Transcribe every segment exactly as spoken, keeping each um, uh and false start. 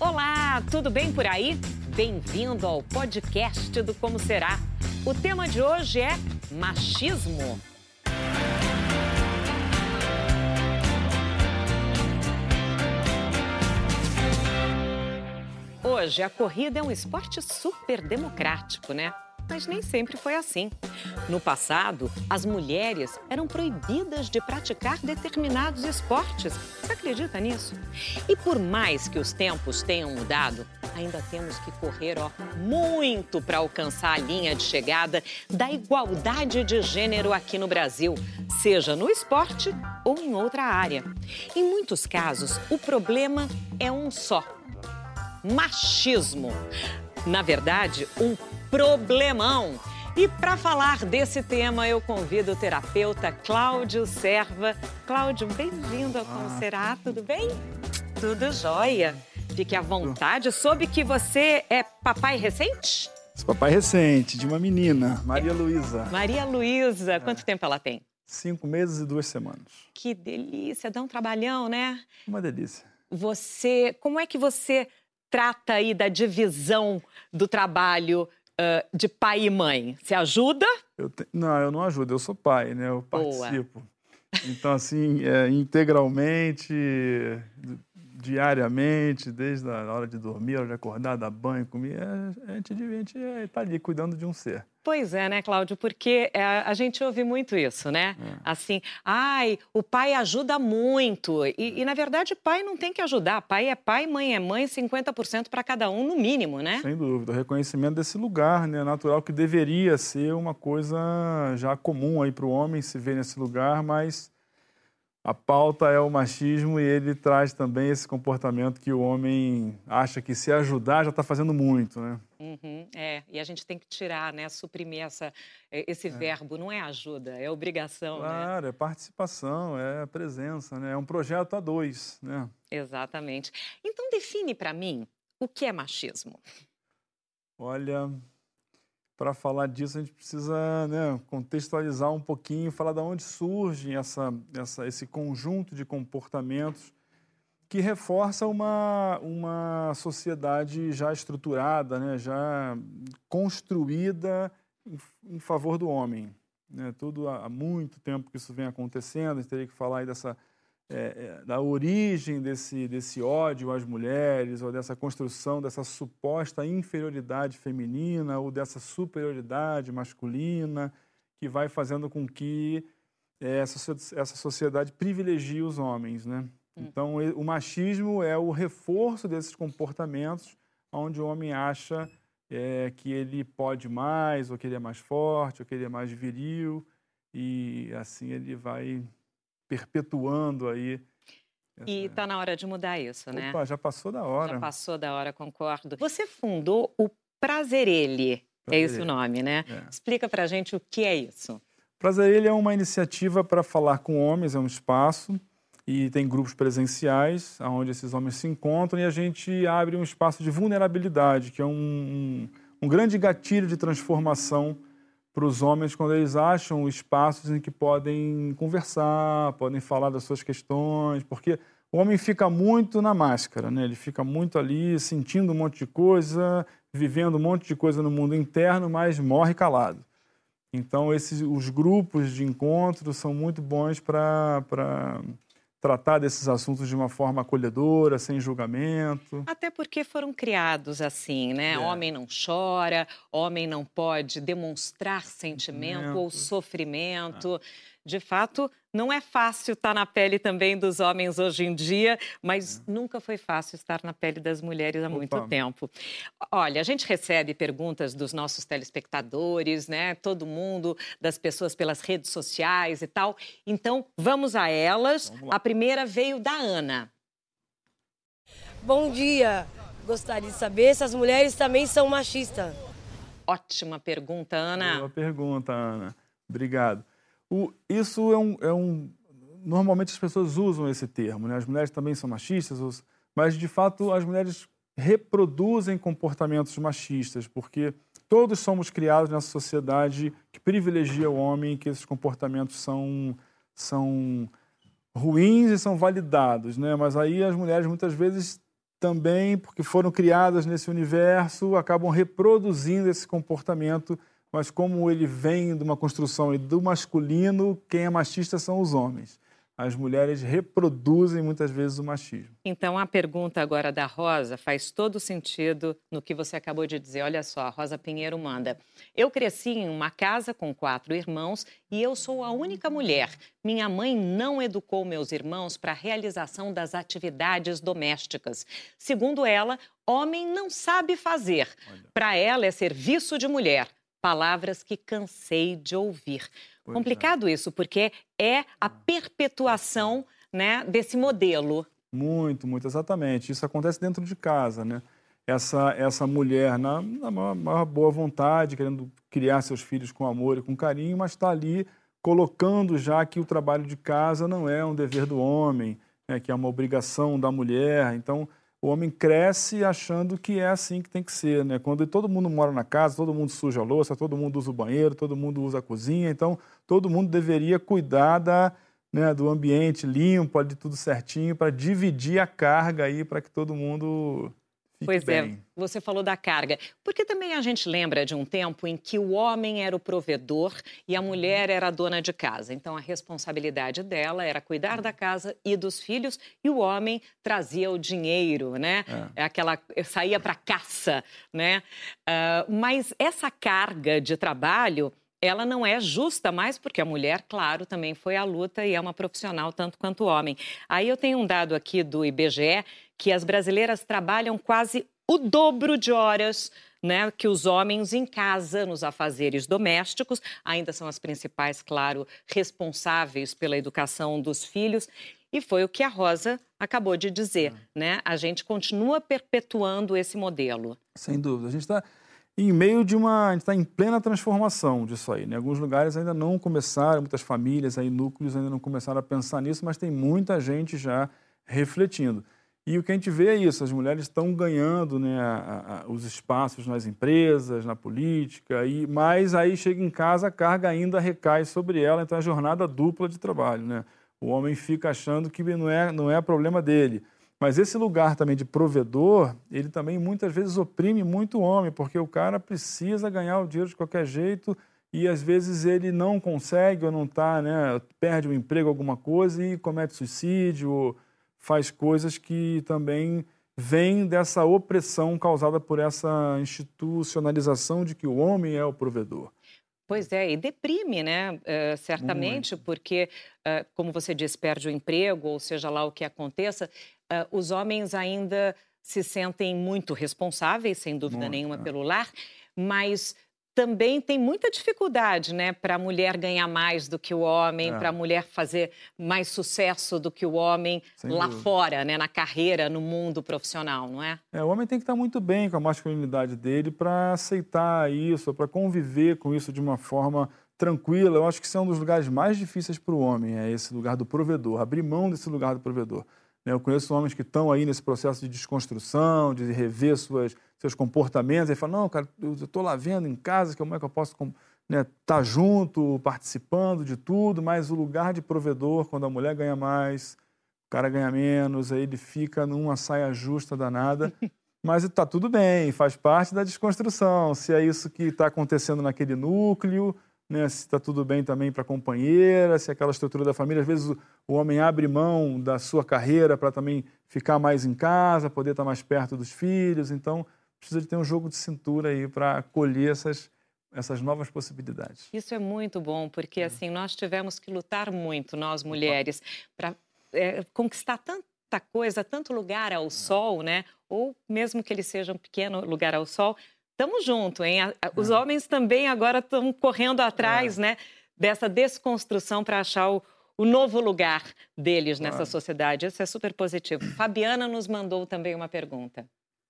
Olá, tudo bem por aí? Bem-vindo ao podcast do Como Será. O tema de hoje é machismo. Hoje, a corrida é um esporte super democrático, né? Mas nem sempre foi assim. No passado, as mulheres eram proibidas de praticar determinados esportes. Você acredita nisso? E por mais que os tempos tenham mudado, ainda temos que correr, ó, muito para alcançar a linha de chegada da igualdade de gênero aqui no Brasil, seja no esporte ou em outra área. Em muitos casos, o problema é um só: machismo. Na verdade, um problemão. E para falar desse tema, eu convido o terapeuta Cláudio Serva. Cláudio, bem-vindo ao Como Será, tudo bem? Tudo jóia. Fique à vontade. Soube que você é papai recente? Sou papai recente, de uma menina, Maria Luísa. Maria Luísa. Quanto é. tempo ela tem? Cinco meses e duas semanas. Que delícia, dá um trabalhão, né? Uma delícia. Você, como é que você trata aí da divisão do trabalho uh, de pai e mãe? Você ajuda? Eu te... Não, eu não ajudo, eu sou pai, né? Eu participo. Boa. Então, assim, é, integralmente, diariamente, desde a hora de dormir, a hora de acordar, dar banho, comer, a gente, a gente está ali cuidando de um ser. Pois é, né, Cláudio? Porque é, a gente ouve muito isso, né? É. Assim, ai, o pai ajuda muito. E, e, na verdade, pai não tem que ajudar. Pai é pai, mãe é mãe, cinquenta por cento para cada um, no mínimo, né? Sem dúvida. O reconhecimento desse lugar, né, natural, que deveria ser uma coisa já comum aí para o homem se ver nesse lugar, mas a pauta é o machismo e ele traz também esse comportamento que o homem acha que se ajudar já está fazendo muito, né? Uhum, é, e a gente tem que tirar, né, suprimir essa, esse é. verbo, não é ajuda, é obrigação, claro, né? é participação, é presença, né? É um projeto a dois, né? Exatamente. Então define para mim o que é machismo. Olha, para falar disso a gente precisa, né, contextualizar um pouquinho, falar de onde surge essa, essa, esse conjunto de comportamentos que reforça uma, uma sociedade já estruturada, né, já construída em, em favor do homem. Né? Tudo há, há muito tempo que isso vem acontecendo, a gente teria que falar aí dessa, é, é, da origem desse, desse ódio às mulheres, ou dessa construção dessa suposta inferioridade feminina, ou dessa superioridade masculina, que vai fazendo com que é, essa, essa sociedade privilegie os homens, né? Então, o machismo é o reforço desses comportamentos onde o homem acha é, que ele pode mais, ou que ele é mais forte, ou que ele é mais viril, e assim ele vai perpetuando aí. Essa... E está na hora de mudar isso, né? Opa, já passou da hora. Já passou da hora, concordo. Você fundou o Prazerelli, é esse o nome, né? É. Explica pra gente o que é isso. Prazerelli é uma iniciativa para falar com homens, é um espaço, e tem grupos presenciais, onde esses homens se encontram, e a gente abre um espaço de vulnerabilidade, que é um, um, um grande gatilho de transformação para os homens quando eles acham espaços em que podem conversar, podem falar das suas questões, porque o homem fica muito na máscara, né? Ele fica muito ali sentindo um monte de coisa, vivendo um monte de coisa no mundo interno, mas morre calado. Então, esses, os grupos de encontro são muito bons para... para tratar desses assuntos de uma forma acolhedora, sem julgamento. Até porque foram criados assim, né? É. Homem não chora, homem não pode demonstrar sentimento, sentimento. ou sofrimento. Ah. De fato, não é fácil estar na pele também dos homens hoje em dia, mas é. nunca foi fácil estar na pele das mulheres há Opa. muito tempo. Olha, a gente recebe perguntas dos nossos telespectadores, né? Todo mundo, das pessoas pelas redes sociais e tal. Então, vamos a elas. Vamos a primeira veio da Ana. Bom dia. Gostaria de saber se as mulheres também são machistas. Ótima pergunta, Ana. Boa pergunta, Ana. Obrigado. O, isso é um, é um... Normalmente as pessoas usam esse termo, né? As mulheres também são machistas, mas, de fato, as mulheres reproduzem comportamentos machistas, porque todos somos criados nessa sociedade que privilegia o homem, que esses comportamentos são, são ruins e são validados, né? Mas aí as mulheres, muitas vezes, também, porque foram criadas nesse universo, acabam reproduzindo esse comportamento, mas como ele vem de uma construção do masculino, quem é machista são os homens. As mulheres reproduzem muitas vezes o machismo. Então, a pergunta agora da Rosa faz todo sentido no que você acabou de dizer. Olha só, a Rosa Pinheiro manda. Eu cresci em uma casa com quatro irmãos e eu sou a única mulher. Minha mãe não educou meus irmãos para a realização das atividades domésticas. Segundo ela, homem não sabe fazer. Para ela é serviço de mulher. Palavras que cansei de ouvir. Pois Complicado é. Isso, porque é a perpetuação, né, desse modelo. Muito, muito, exatamente. Isso acontece dentro de casa, né? Essa, essa mulher, na, na maior, maior boa vontade, querendo criar seus filhos com amor e com carinho, mas está ali colocando já que o trabalho de casa não é um dever do homem, né, que é uma obrigação da mulher. Então, o homem cresce achando que é assim que tem que ser, né? Quando todo mundo mora na casa, todo mundo suja a louça, todo mundo usa o banheiro, todo mundo usa a cozinha, então todo mundo deveria cuidar da, né, do ambiente limpo, de tudo certinho, para dividir a carga aí, para que todo mundo fique pois bem. Pois é, você falou da carga. Porque também a gente lembra de um tempo em que o homem era o provedor e a mulher era a dona de casa. Então, a responsabilidade dela era cuidar da casa e dos filhos e o homem trazia o dinheiro, né? É. Aquela, saía para caça, né? Uh, mas essa carga de trabalho, ela não é justa mais, porque a mulher, claro, também foi à luta e é uma profissional tanto quanto o homem. Aí eu tenho um dado aqui do I B G E que as brasileiras trabalham quase o dobro de horas, né, que os homens em casa, nos afazeres domésticos. Ainda são as principais, claro, responsáveis pela educação dos filhos. E foi o que a Rosa acabou de dizer, é. né? A gente continua perpetuando esse modelo. Sem dúvida. A gente está em meio de uma... A gente está em plena transformação disso aí, né? Alguns lugares ainda não começaram, muitas famílias, aí, núcleos ainda não começaram a pensar nisso, mas tem muita gente já refletindo. E o que a gente vê é isso, as mulheres estão ganhando, né, a, a, os espaços nas empresas, na política, e, mas aí chega em casa, a carga ainda recai sobre ela, então é a jornada dupla de trabalho, né? O homem fica achando que não é, não é problema dele. Mas esse lugar também de provedor, ele também muitas vezes oprime muito o homem, porque o cara precisa ganhar o dinheiro de qualquer jeito e às vezes ele não consegue ou não está, né, perde o emprego, alguma coisa e comete suicídio, ou faz coisas que também vêm dessa opressão causada por essa institucionalização de que o homem é o provedor. Pois é, e deprime, né? Uh, certamente, Muito. porque, uh, como você disse, perde o emprego, ou seja lá o que aconteça, uh, os homens ainda se sentem muito responsáveis, sem dúvida muito, nenhuma, é. pelo lar, mas também tem muita dificuldade, né, para a mulher ganhar mais do que o homem, é. para a mulher fazer mais sucesso do que o homem sem lá dúvida. fora, né, na carreira, no mundo profissional, não é? É, o homem tem que estar muito bem com a masculinidade dele para aceitar isso, para conviver com isso de uma forma tranquila. Eu acho que isso é um dos lugares mais difíceis para o homem, é esse lugar do provedor, abrir mão desse lugar do provedor. Eu conheço homens que estão aí nesse processo de desconstrução, de rever suas, seus comportamentos, e falam, não, cara, eu estou lá vendo em casa, como é que eu posso estar, né, tá junto, participando de tudo, mas o lugar de provedor, quando a mulher ganha mais, o cara ganha menos, aí ele fica numa saia justa danada, mas está tudo bem, faz parte da desconstrução, se é isso que está acontecendo naquele núcleo, né, se está tudo bem também para a companheira, se aquela estrutura da família, às vezes o, o homem abre mão da sua carreira para também ficar mais em casa, poder estar mais perto dos filhos, então precisa de ter um jogo de cintura aí para acolher essas, essas novas possibilidades. Isso é muito bom, porque assim, nós tivemos que lutar muito, nós mulheres, para é, conquistar tanta coisa, tanto lugar ao sol, né, ou mesmo que ele seja um pequeno lugar ao sol. Estamos juntos, hein? Os é. homens também agora estão correndo atrás, é. né, dessa desconstrução para achar o, o novo lugar deles claro. nessa sociedade. Isso é super positivo. Fabiana nos mandou também uma pergunta.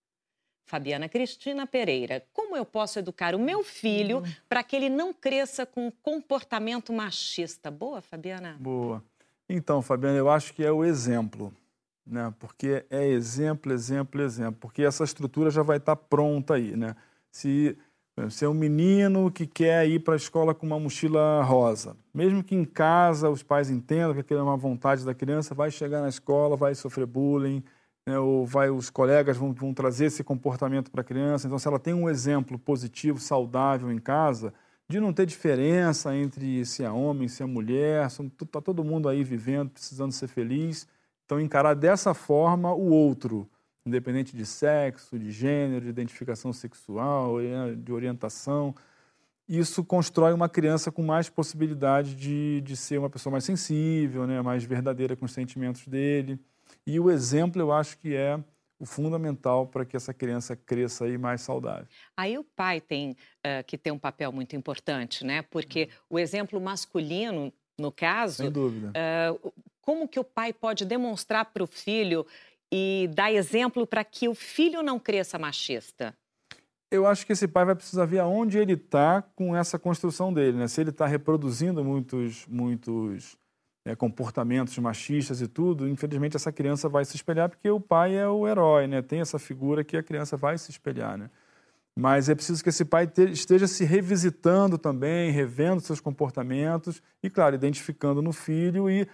Fabiana Cristina Pereira. Como eu posso educar o meu filho uhum. para que ele não cresça com um comportamento machista? Boa, Fabiana? Boa. Então, Fabiana, eu acho que é o exemplo. Né? Porque é exemplo, exemplo, exemplo. Porque essa estrutura já vai estar pronta aí, né? Se, se é um menino que quer ir para a escola com uma mochila rosa, mesmo que em casa os pais entendam que aquilo é uma vontade da criança, vai chegar na escola, vai sofrer bullying, né, ou vai, os colegas vão, vão trazer esse comportamento para a criança. Então, se ela tem um exemplo positivo, saudável em casa, de não ter diferença entre se é homem, se é mulher, está todo mundo aí vivendo, precisando ser feliz. Então, encarar dessa forma o outro, independente de sexo, de gênero, de identificação sexual, de orientação, isso constrói uma criança com mais possibilidade de, de ser uma pessoa mais sensível, né, mais verdadeira com os sentimentos dele. E o exemplo, eu acho que é o fundamental para que essa criança cresça aí mais saudável. Aí o pai tem uh, que ter um papel muito importante, né? Porque o exemplo masculino, no caso... Sem dúvida. Uh, como que o pai pode demonstrar para o filho e dar exemplo para que o filho não cresça machista? Eu acho que esse pai vai precisar ver aonde ele está com essa construção dele, né? Se ele está reproduzindo muitos, muitos é, comportamentos machistas e tudo, infelizmente essa criança vai se espelhar porque o pai é o herói, né? Tem essa figura que a criança vai se espelhar, né? Mas é preciso que esse pai te, esteja se revisitando também, revendo seus comportamentos e, claro, identificando no filho e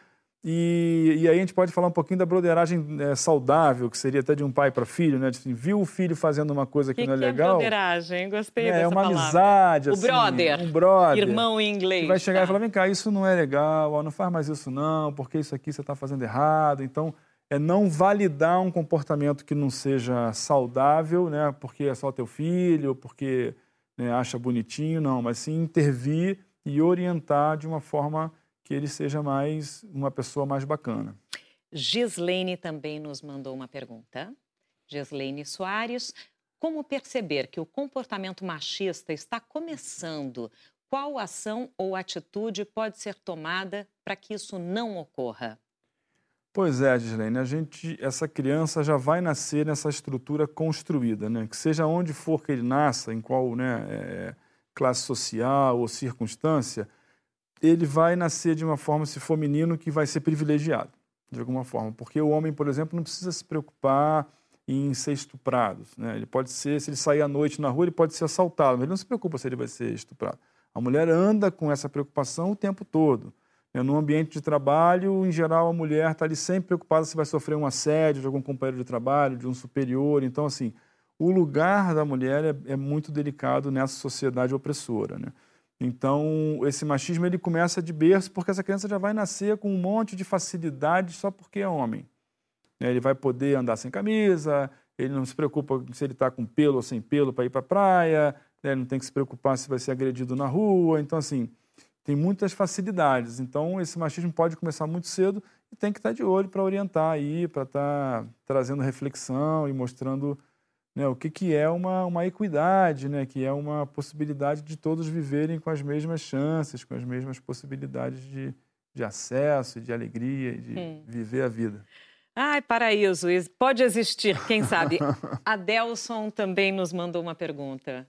E, e aí a gente pode falar um pouquinho da broderagem é, saudável, que seria até de um pai para filho, né? Assim, viu o filho fazendo uma coisa que, que não é que legal. É broderagem, gostei é, dessa É uma palavra. amizade, o assim, brother, um brother, irmão em inglês. Que vai chegar tá? e falar, vem cá, isso não é legal, ó, não faz mais isso não, porque isso aqui você está fazendo errado. Então, é não validar um comportamento que não seja saudável, né? Porque é só teu filho, porque né, acha bonitinho, não, mas sim intervir e orientar de uma forma que ele seja mais uma pessoa mais bacana. Gislaine também nos mandou uma pergunta. Gislaine Soares, como perceber que o comportamento machista está começando? Qual ação ou atitude pode ser tomada para que isso não ocorra? Pois é, Gislaine, a gente, essa criança já vai nascer nessa estrutura construída, né? Que seja onde for que ele nasça, em qual né, é, classe social ou circunstância, ele vai nascer de uma forma, se for menino, que vai ser privilegiado, de alguma forma. Porque o homem, por exemplo, não precisa se preocupar em ser estuprado, né? Ele pode ser, se ele sair à noite na rua, ele pode ser assaltado, mas ele não se preocupa se ele vai ser estuprado. A mulher anda com essa preocupação o tempo todo. No ambiente de trabalho, em geral, a mulher está ali sempre preocupada se vai sofrer um assédio de algum companheiro de trabalho, de um superior. Então, assim, o lugar da mulher é, é muito delicado nessa sociedade opressora, né? Então, esse machismo ele começa de berço porque essa criança já vai nascer com um monte de facilidade só porque é homem. Ele vai poder andar sem camisa, ele não se preocupa se ele está com pelo ou sem pelo para ir para a praia, ele não tem que se preocupar se vai ser agredido na rua. Então, assim, tem muitas facilidades. Então, esse machismo pode começar muito cedo e tem que estar de olho para orientar aí, para estar trazendo reflexão e mostrando... Né, o que, que é uma, uma equidade, né, que é uma possibilidade de todos viverem com as mesmas chances, com as mesmas possibilidades de, de acesso, de alegria, de hum. viver a vida. Ai, paraíso, pode existir, quem sabe. Adelson também nos mandou uma pergunta.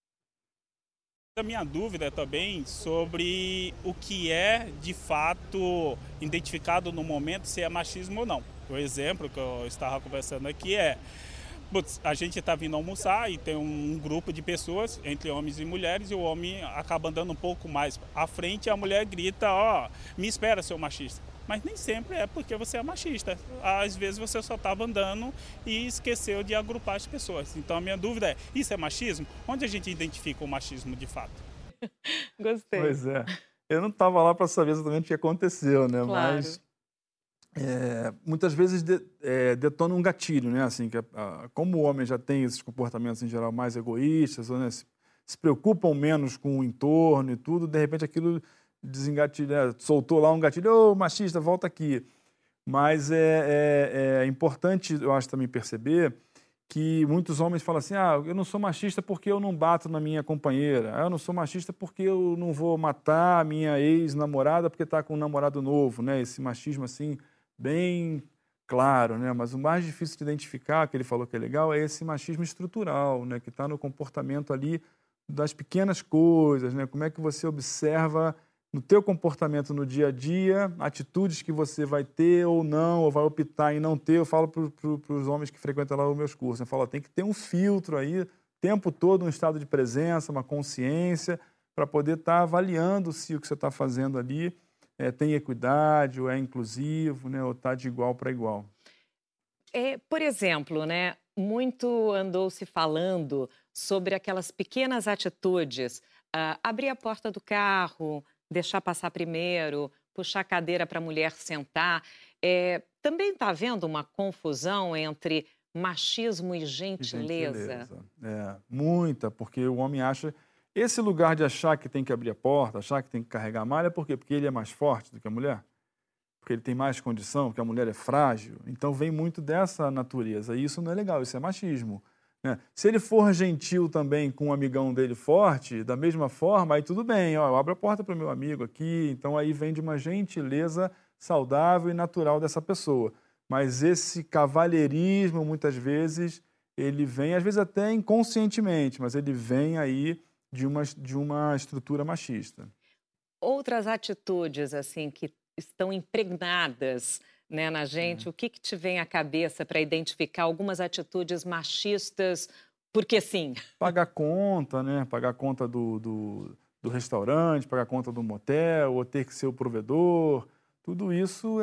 A minha dúvida é também sobre o que é, de fato, identificado no momento, se é machismo ou não. O exemplo que eu estava conversando aqui é... A gente está vindo almoçar e tem um grupo de pessoas, entre homens e mulheres, e o homem acaba andando um pouco mais à frente e a mulher grita, ó, oh, me espera, seu machista. Mas nem sempre é porque você é machista. Às vezes você só estava andando e esqueceu de agrupar as pessoas. Então a minha dúvida é, isso é machismo? Onde a gente identifica o machismo de fato? Gostei. Pois é. Eu não estava lá para saber exatamente o que aconteceu, né? Claro. Mas... É, muitas vezes de, é, detona um gatilho, né? Assim, que, a, como o homem já tem esses comportamentos em geral mais egoístas, ou, né, se, se preocupam menos com o entorno e tudo, de repente aquilo desengatilha, né? Soltou lá um gatilho, ô, machista, volta aqui. Mas é, é, é importante, eu acho, também perceber que muitos homens falam assim, ah, eu não sou machista porque eu não bato na minha companheira, ah, eu não sou machista porque eu não vou matar a minha ex-namorada porque está com um namorado novo, né? Esse machismo assim... bem claro, né? Mas o mais difícil de identificar, que ele falou que é legal, é esse machismo estrutural, né? Que está no comportamento ali das pequenas coisas, né? Como é que você observa no teu comportamento no dia a dia, atitudes que você vai ter ou não, ou vai optar em não ter. Eu falo para pro, os homens que frequentam lá os meus cursos, eu falo, tem que ter um filtro aí, o tempo todo um estado de presença, uma consciência, para poder estar tá avaliando se o que você está fazendo ali É, tem equidade, ou é inclusivo, né, ou está de igual para igual. É, por exemplo, né, muito andou se falando sobre aquelas pequenas atitudes, ah, abrir a porta do carro, deixar passar primeiro, puxar a cadeira para a mulher sentar. É, também está havendo uma confusão entre machismo e gentileza? Gentileza. É, muita, porque o homem acha... Esse lugar de achar que tem que abrir a porta, achar que tem que carregar a malha, por quê? Porque ele é mais forte do que a mulher? Porque ele tem mais condição, porque a mulher é frágil. Então vem muito dessa natureza. E isso não é legal, isso é machismo, né? Se ele for gentil também com um amigão dele forte, da mesma forma, aí tudo bem, ó, eu abro a porta para o meu amigo aqui. Então aí vem de uma gentileza saudável e natural dessa pessoa. Mas esse cavalheirismo, muitas vezes, ele vem, às vezes até inconscientemente, mas ele vem aí de uma, de uma estrutura machista. Outras atitudes, assim, que estão impregnadas, né, na gente, o que, que te vem à cabeça para identificar algumas atitudes machistas, porque sim? Pagar conta, né? Pagar conta do, do, do restaurante, pagar conta do motel, ou ter que ser o provedor. Tudo isso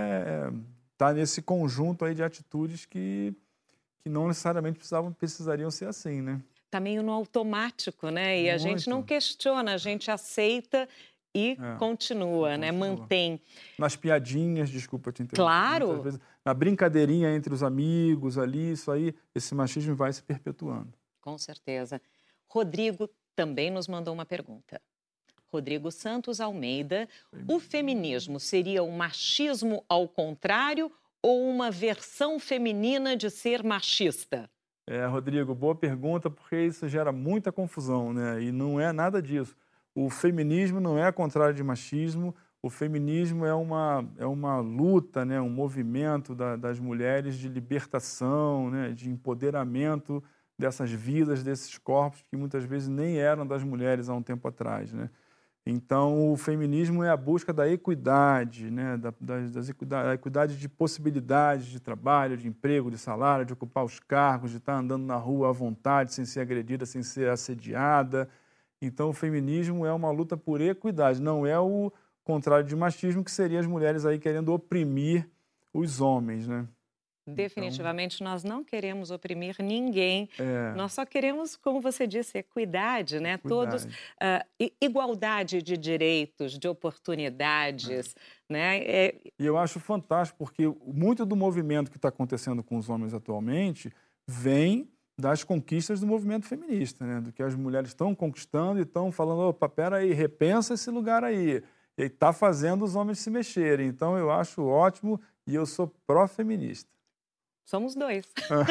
é, tá nesse conjunto aí de atitudes que, que não necessariamente precisavam, precisariam ser assim, né? Tá meio no automático, né? E a Muito. gente não questiona, a gente aceita e É, continua, e né? continua. Mantém. Nas piadinhas, desculpa te interromper. Claro. Muitas vezes, na brincadeirinha entre os amigos ali, isso aí, esse machismo vai se perpetuando. Com certeza. Rodrigo também nos mandou uma pergunta. Rodrigo Santos Almeida, o feminismo seria um machismo ao contrário ou uma versão feminina de ser machista? É, Rodrigo, boa pergunta, porque isso gera muita confusão, né? E não é nada disso. O feminismo não é contrário de machismo, o feminismo é uma, é uma luta, né? Um movimento da, das mulheres de libertação, né? De empoderamento dessas vidas, desses corpos que muitas vezes nem eram das mulheres há um tempo atrás, né? Então, o feminismo é a busca da equidade, né? da, das, das equidade, da equidade de possibilidades de trabalho, de emprego, de salário, de ocupar os cargos, de estar andando na rua à vontade, sem ser agredida, sem ser assediada. Então, o feminismo é uma luta por equidade, não é o contrário de machismo, que seria as mulheres aí querendo oprimir os homens, né? Definitivamente, então, nós não queremos oprimir ninguém. É, nós só queremos, como você disse, equidade, né? equidade. Todos, uh, igualdade de direitos, de oportunidades, é. né? É... E eu acho fantástico, porque muito do movimento que está acontecendo com os homens atualmente vem das conquistas do movimento feminista, né? Do que as mulheres estão conquistando e estão falando, opa, peraí, repensa esse lugar aí. E está fazendo os homens se mexerem. Então, eu acho ótimo e eu sou pró-feminista. Somos dois.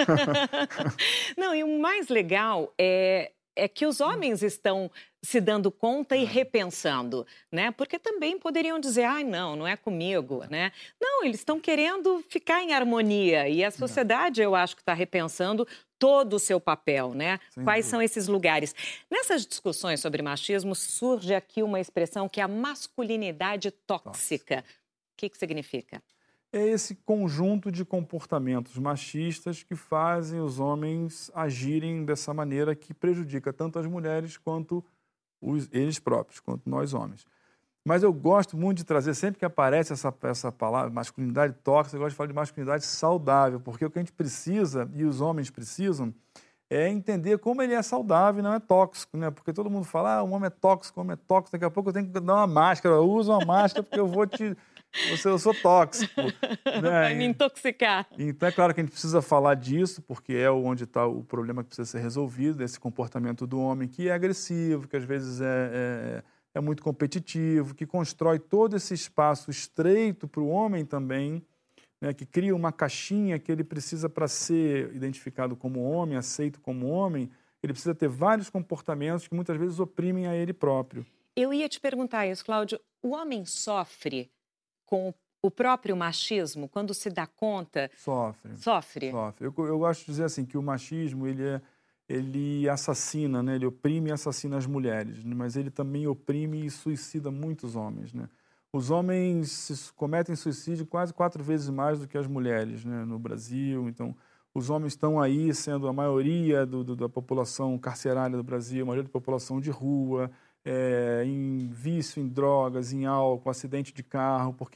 Não, e o mais legal é, é que os homens estão se dando conta e repensando, né? Porque também poderiam dizer, ai, não, não é comigo, né? Não, eles estão querendo ficar em harmonia e a sociedade, eu acho que está repensando todo o seu papel, né? Sem Quais dúvida. são esses lugares? Nessas discussões sobre machismo, surge aqui uma expressão que é a masculinidade tóxica. O que que significa? É esse conjunto de comportamentos machistas que fazem os homens agirem dessa maneira que prejudica tanto as mulheres quanto os, eles próprios, quanto nós homens. Mas eu gosto muito de trazer, sempre que aparece essa, essa palavra, masculinidade tóxica, eu gosto de falar de masculinidade saudável, porque o que a gente precisa, e os homens precisam, é entender como ele é saudável e não é tóxico, né? Porque todo mundo fala, ah, o homem é tóxico, o homem é tóxico, daqui a pouco eu tenho que dar uma máscara, eu uso uma máscara porque eu vou te... Eu sou tóxico. Né? Vai me intoxicar. Então, é claro que a gente precisa falar disso, porque é onde está o problema que precisa ser resolvido, esse comportamento do homem que é agressivo, que às vezes é, é, é muito competitivo, que constrói todo esse espaço estreito para o homem também, né? Que cria uma caixinha que ele precisa para ser identificado como homem, aceito como homem, ele precisa ter vários comportamentos que muitas vezes oprimem a ele próprio. Eu ia te perguntar isso, Cláudio. O homem sofre com o próprio machismo, quando se dá conta? Sofre. Sofre? Sofre. Eu, eu gosto de dizer assim, que o machismo, ele, é, ele assassina, né? Ele oprime e assassina as mulheres, né? Mas ele também oprime e suicida muitos homens, né? Os homens cometem suicídio quase quatro vezes mais do que as mulheres, né? No Brasil. Então, os homens estão aí sendo a maioria do, do, da população carcerária do Brasil, a maioria da população de rua, É, em vício, em drogas, em álcool, acidente de carro, porque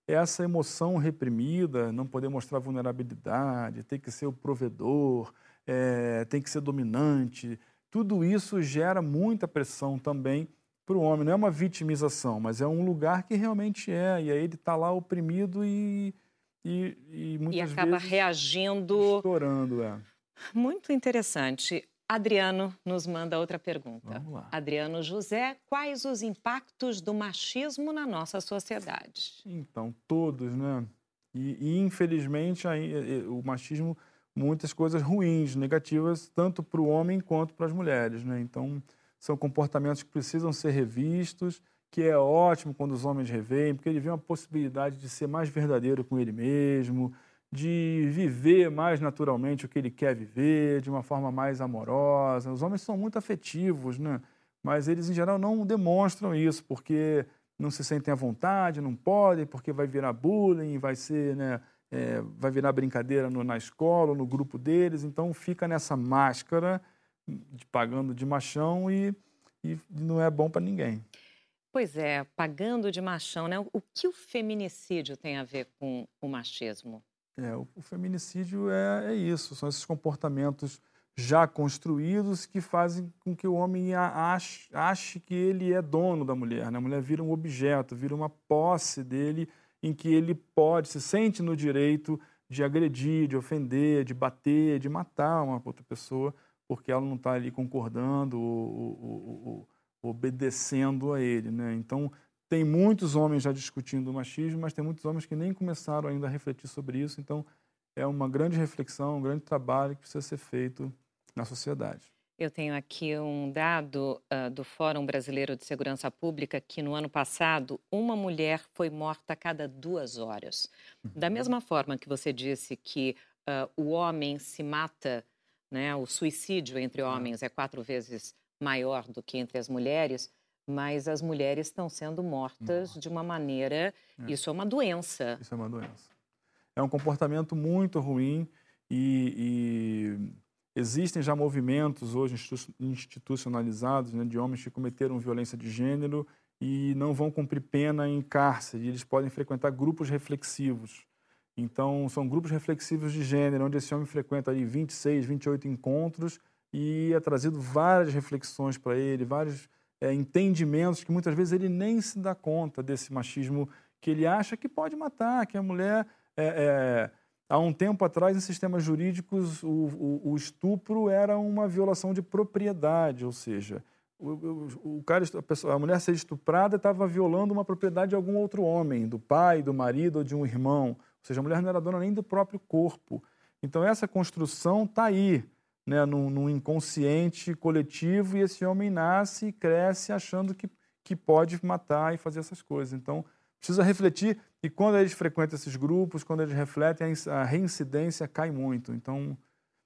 essa emoção reprimida, não poder mostrar vulnerabilidade, ter que ser o provedor, é, tem que ser dominante, tudo isso gera muita pressão também para o homem. Não é uma vitimização, mas é um lugar que realmente é, e aí ele está lá oprimido e, e, e muitas e acaba vezes reagindo. Estourando, é. Muito interessante. Adriano nos manda outra pergunta. Vamos lá. Adriano José, quais os impactos do machismo na nossa sociedade? Então, todos, né? E, e infelizmente, aí, o machismo, muitas coisas ruins, negativas, tanto para o homem quanto para as mulheres, né? Então, são comportamentos que precisam ser revistos, que é ótimo quando os homens revêem, porque ele vê uma possibilidade de ser mais verdadeiro com ele mesmo, de viver mais naturalmente o que ele quer viver, de uma forma mais amorosa. Os homens são muito afetivos, né? Mas eles, em geral, não demonstram isso, porque não se sentem à vontade, não podem, porque vai virar bullying, vai ser, né, é, vai virar brincadeira no, na escola, no grupo deles. Então, fica nessa máscara, de, pagando de machão, e, e não é bom para ninguém. Pois é, pagando de machão, né? O que o feminicídio tem a ver com o machismo? É, o, o feminicídio é, é isso, são esses comportamentos já construídos que fazem com que o homem ache, ache que ele é dono da mulher, né? A mulher vira um objeto, vira uma posse dele, em que ele pode, se sente no direito de agredir, de ofender, de bater, de matar uma outra pessoa, porque ela não está ali concordando ou, ou, ou, ou obedecendo a ele, né? Então, tem muitos homens já discutindo o machismo, mas tem muitos homens que nem começaram ainda a refletir sobre isso. Então, é uma grande reflexão, um grande trabalho que precisa ser feito na sociedade. Eu tenho aqui um dado uh, do Fórum Brasileiro de Segurança Pública que, no ano passado, uma mulher foi morta a cada duas horas. Uhum. Da mesma forma que você disse que uh, o homem se mata, né, o suicídio entre homens é quatro vezes maior do que entre as mulheres, mas as mulheres estão sendo mortas Nossa. de uma maneira... É. Isso é uma doença. Isso é uma doença. É um comportamento muito ruim e, e existem já movimentos hoje institucionalizados, né, de homens que cometeram violência de gênero e não vão cumprir pena em cárcere. Eles podem frequentar grupos reflexivos. Então, são grupos reflexivos de gênero, onde esse homem frequenta aí vinte e seis, vinte e oito encontros e é trazido várias reflexões para ele, vários... É, entendimentos que muitas vezes ele nem se dá conta desse machismo que ele acha que pode matar, que a mulher... É, é, há um tempo atrás, em sistemas jurídicos, o, o, o estupro era uma violação de propriedade, ou seja, o, o, o cara, a, pessoa, a mulher ser estuprada estava violando uma propriedade de algum outro homem, do pai, do marido ou de um irmão. Ou seja, a mulher não era dona nem do próprio corpo. Então, essa construção está aí, né, num, num inconsciente coletivo, e esse homem nasce e cresce achando que, que pode matar e fazer essas coisas. Então, precisa refletir, e quando eles frequentam esses grupos, quando eles refletem, a reincidência cai muito. Então,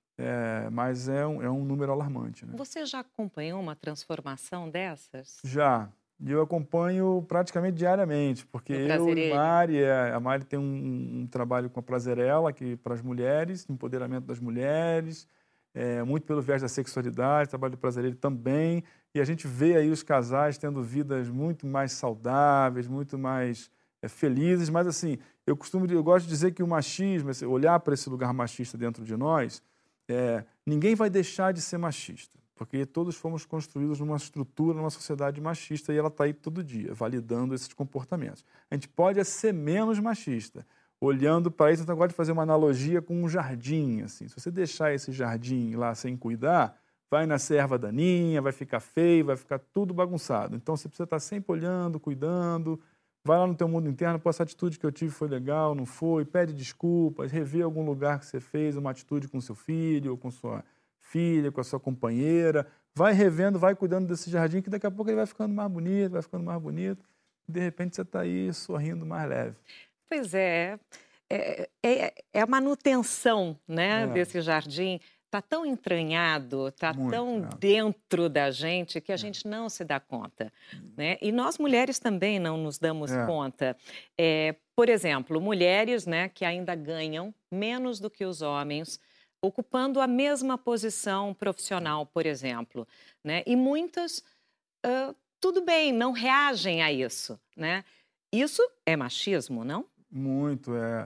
é, mas é um, é um número alarmante, né? Você já acompanhou uma transformação dessas? Já. E eu acompanho praticamente diariamente, porque eu e Mari, a Mari tem um, um trabalho com a Prazerela, que para as mulheres, empoderamento das mulheres, É, muito pelo viés da sexualidade, trabalho do Prazereiro também, e a gente vê aí os casais tendo vidas muito mais saudáveis, muito mais é, felizes, mas assim, eu costumo, eu gosto de dizer que o machismo, olhar para esse lugar machista dentro de nós, é, ninguém vai deixar de ser machista, porque todos fomos construídos numa estrutura, numa sociedade machista, e ela está aí todo dia, validando esses comportamentos. A gente pode ser menos machista, olhando para isso, então eu gosto de fazer uma analogia com um jardim. Assim. Se você deixar esse jardim lá sem cuidar, vai nascer erva daninha, vai ficar feio, vai ficar tudo bagunçado. Então você precisa estar sempre olhando, cuidando, vai lá no teu mundo interno, pô, essa atitude que eu tive foi legal, não foi, pede desculpas, revê algum lugar que você fez, uma atitude com seu filho, ou com sua filha, com a sua companheira, vai revendo, vai cuidando desse jardim, que daqui a pouco ele vai ficando mais bonito, vai ficando mais bonito, e de repente você está aí sorrindo mais leve. Pois é, é, é, é a manutenção, né, é. desse jardim. Está tão entranhado, está tão é. dentro da gente que a é. gente não se dá conta. Né? E nós mulheres também não nos damos é. conta. É, por exemplo, mulheres, né, que ainda ganham menos do que os homens, ocupando a mesma posição profissional, por exemplo. Né? E muitas, uh, tudo bem, não reagem a isso. Né? Isso é machismo, não? Muito, é.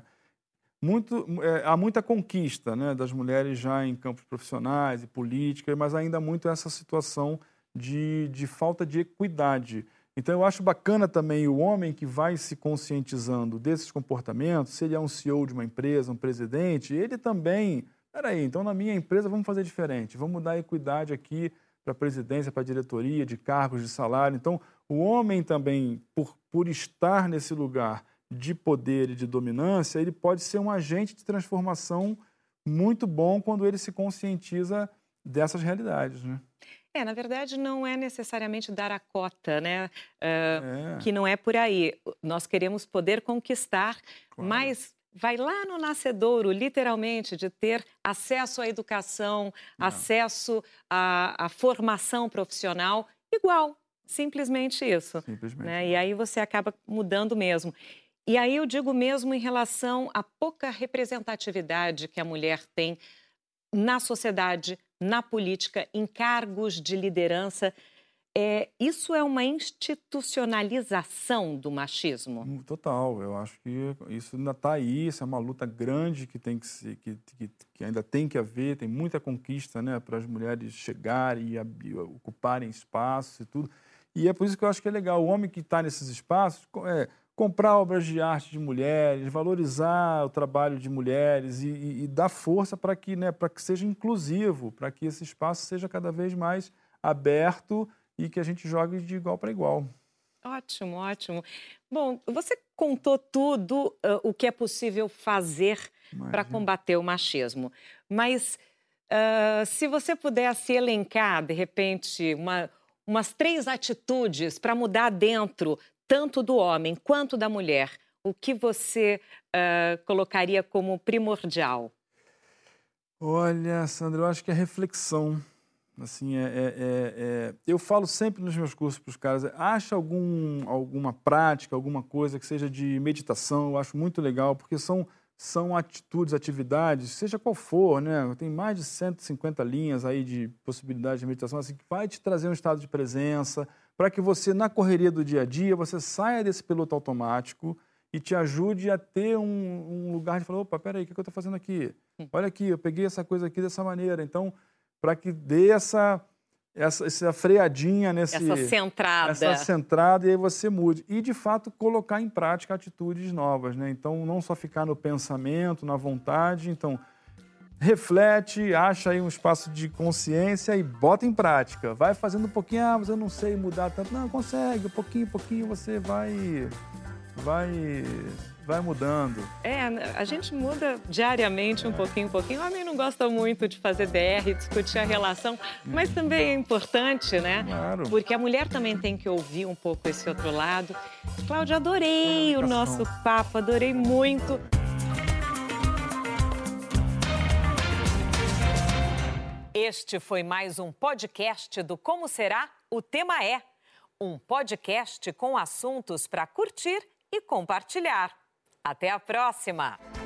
Muito, é, há muita conquista, né, das mulheres já em campos profissionais e política, mas ainda muito essa situação de, de falta de equidade. Então, eu acho bacana também o homem que vai se conscientizando desses comportamentos, se ele é um C E O de uma empresa, um presidente, ele também, peraí, então na minha empresa vamos fazer diferente, vamos dar equidade aqui para a presidência, para a diretoria, de cargos, de salário. Então, o homem também, por, por estar nesse lugar de poder e de dominância, ele pode ser um agente de transformação muito bom quando ele se conscientiza dessas realidades, né? É, na verdade, não é necessariamente dar a cota, né? Uh, é. Que não é por aí. Nós queremos poder conquistar, claro. Mas vai lá no nascedouro, literalmente, de ter acesso à educação, não. acesso à, à formação profissional, igual, simplesmente isso. Simplesmente. Né? E aí você acaba mudando mesmo. E aí eu digo mesmo em relação à pouca representatividade que a mulher tem na sociedade, na política, em cargos de liderança. É, isso é uma institucionalização do machismo? Total, eu acho que isso ainda está aí, isso é uma luta grande que, tem que, se, que, que, que ainda tem que haver, tem muita conquista, né, para as mulheres chegarem e, e ocuparem espaços e tudo. E é por isso que eu acho que é legal, o homem que está nesses espaços, é, comprar obras de arte de mulheres, valorizar o trabalho de mulheres e, e, e dar força para que, né, para que seja inclusivo, para que esse espaço seja cada vez mais aberto e que a gente jogue de igual para igual. Ótimo, ótimo. Bom, você contou tudo uh, o que é possível fazer para combater o machismo, mas uh, se você pudesse elencar, de repente, uma, umas três atitudes para mudar dentro tanto do homem quanto da mulher, o que você uh, colocaria como primordial? Olha, Sandra, eu acho que é reflexão. Assim, é, é, é, é... Eu falo sempre nos meus cursos para os caras, acha algum, alguma prática, alguma coisa que seja de meditação, eu acho muito legal, porque são, são atitudes, atividades, seja qual for, né? Tem mais de cento e cinquenta linhas aí de possibilidades de meditação, assim, que vai te trazer um estado de presença, para que você, na correria do dia a dia, você saia desse piloto automático e te ajude a ter um, um lugar de falar, opa, peraí, o que eu estou fazendo aqui? Olha aqui, eu peguei essa coisa aqui dessa maneira. Então, para que dê essa, essa, essa freadinha nesse... Essa centrada. Essa centrada, e aí você mude. E, de fato, colocar em prática atitudes novas, né? Então, não só ficar no pensamento, na vontade. Então, reflete, acha aí um espaço de consciência e bota em prática. Vai fazendo um pouquinho, ah, mas eu não sei mudar tanto. Não, consegue, um pouquinho, pouquinho você vai, vai, vai mudando. É, a gente muda diariamente um é. pouquinho, um pouquinho. O homem não gosta muito de fazer D R, discutir a relação, mas também é importante, né? Claro. Porque a mulher também tem que ouvir um pouco esse outro lado. Cláudia, adorei o nosso papo, adorei muito. Este foi mais um podcast do Como Será? O Tema É. Um podcast com assuntos para curtir e compartilhar. Até a próxima!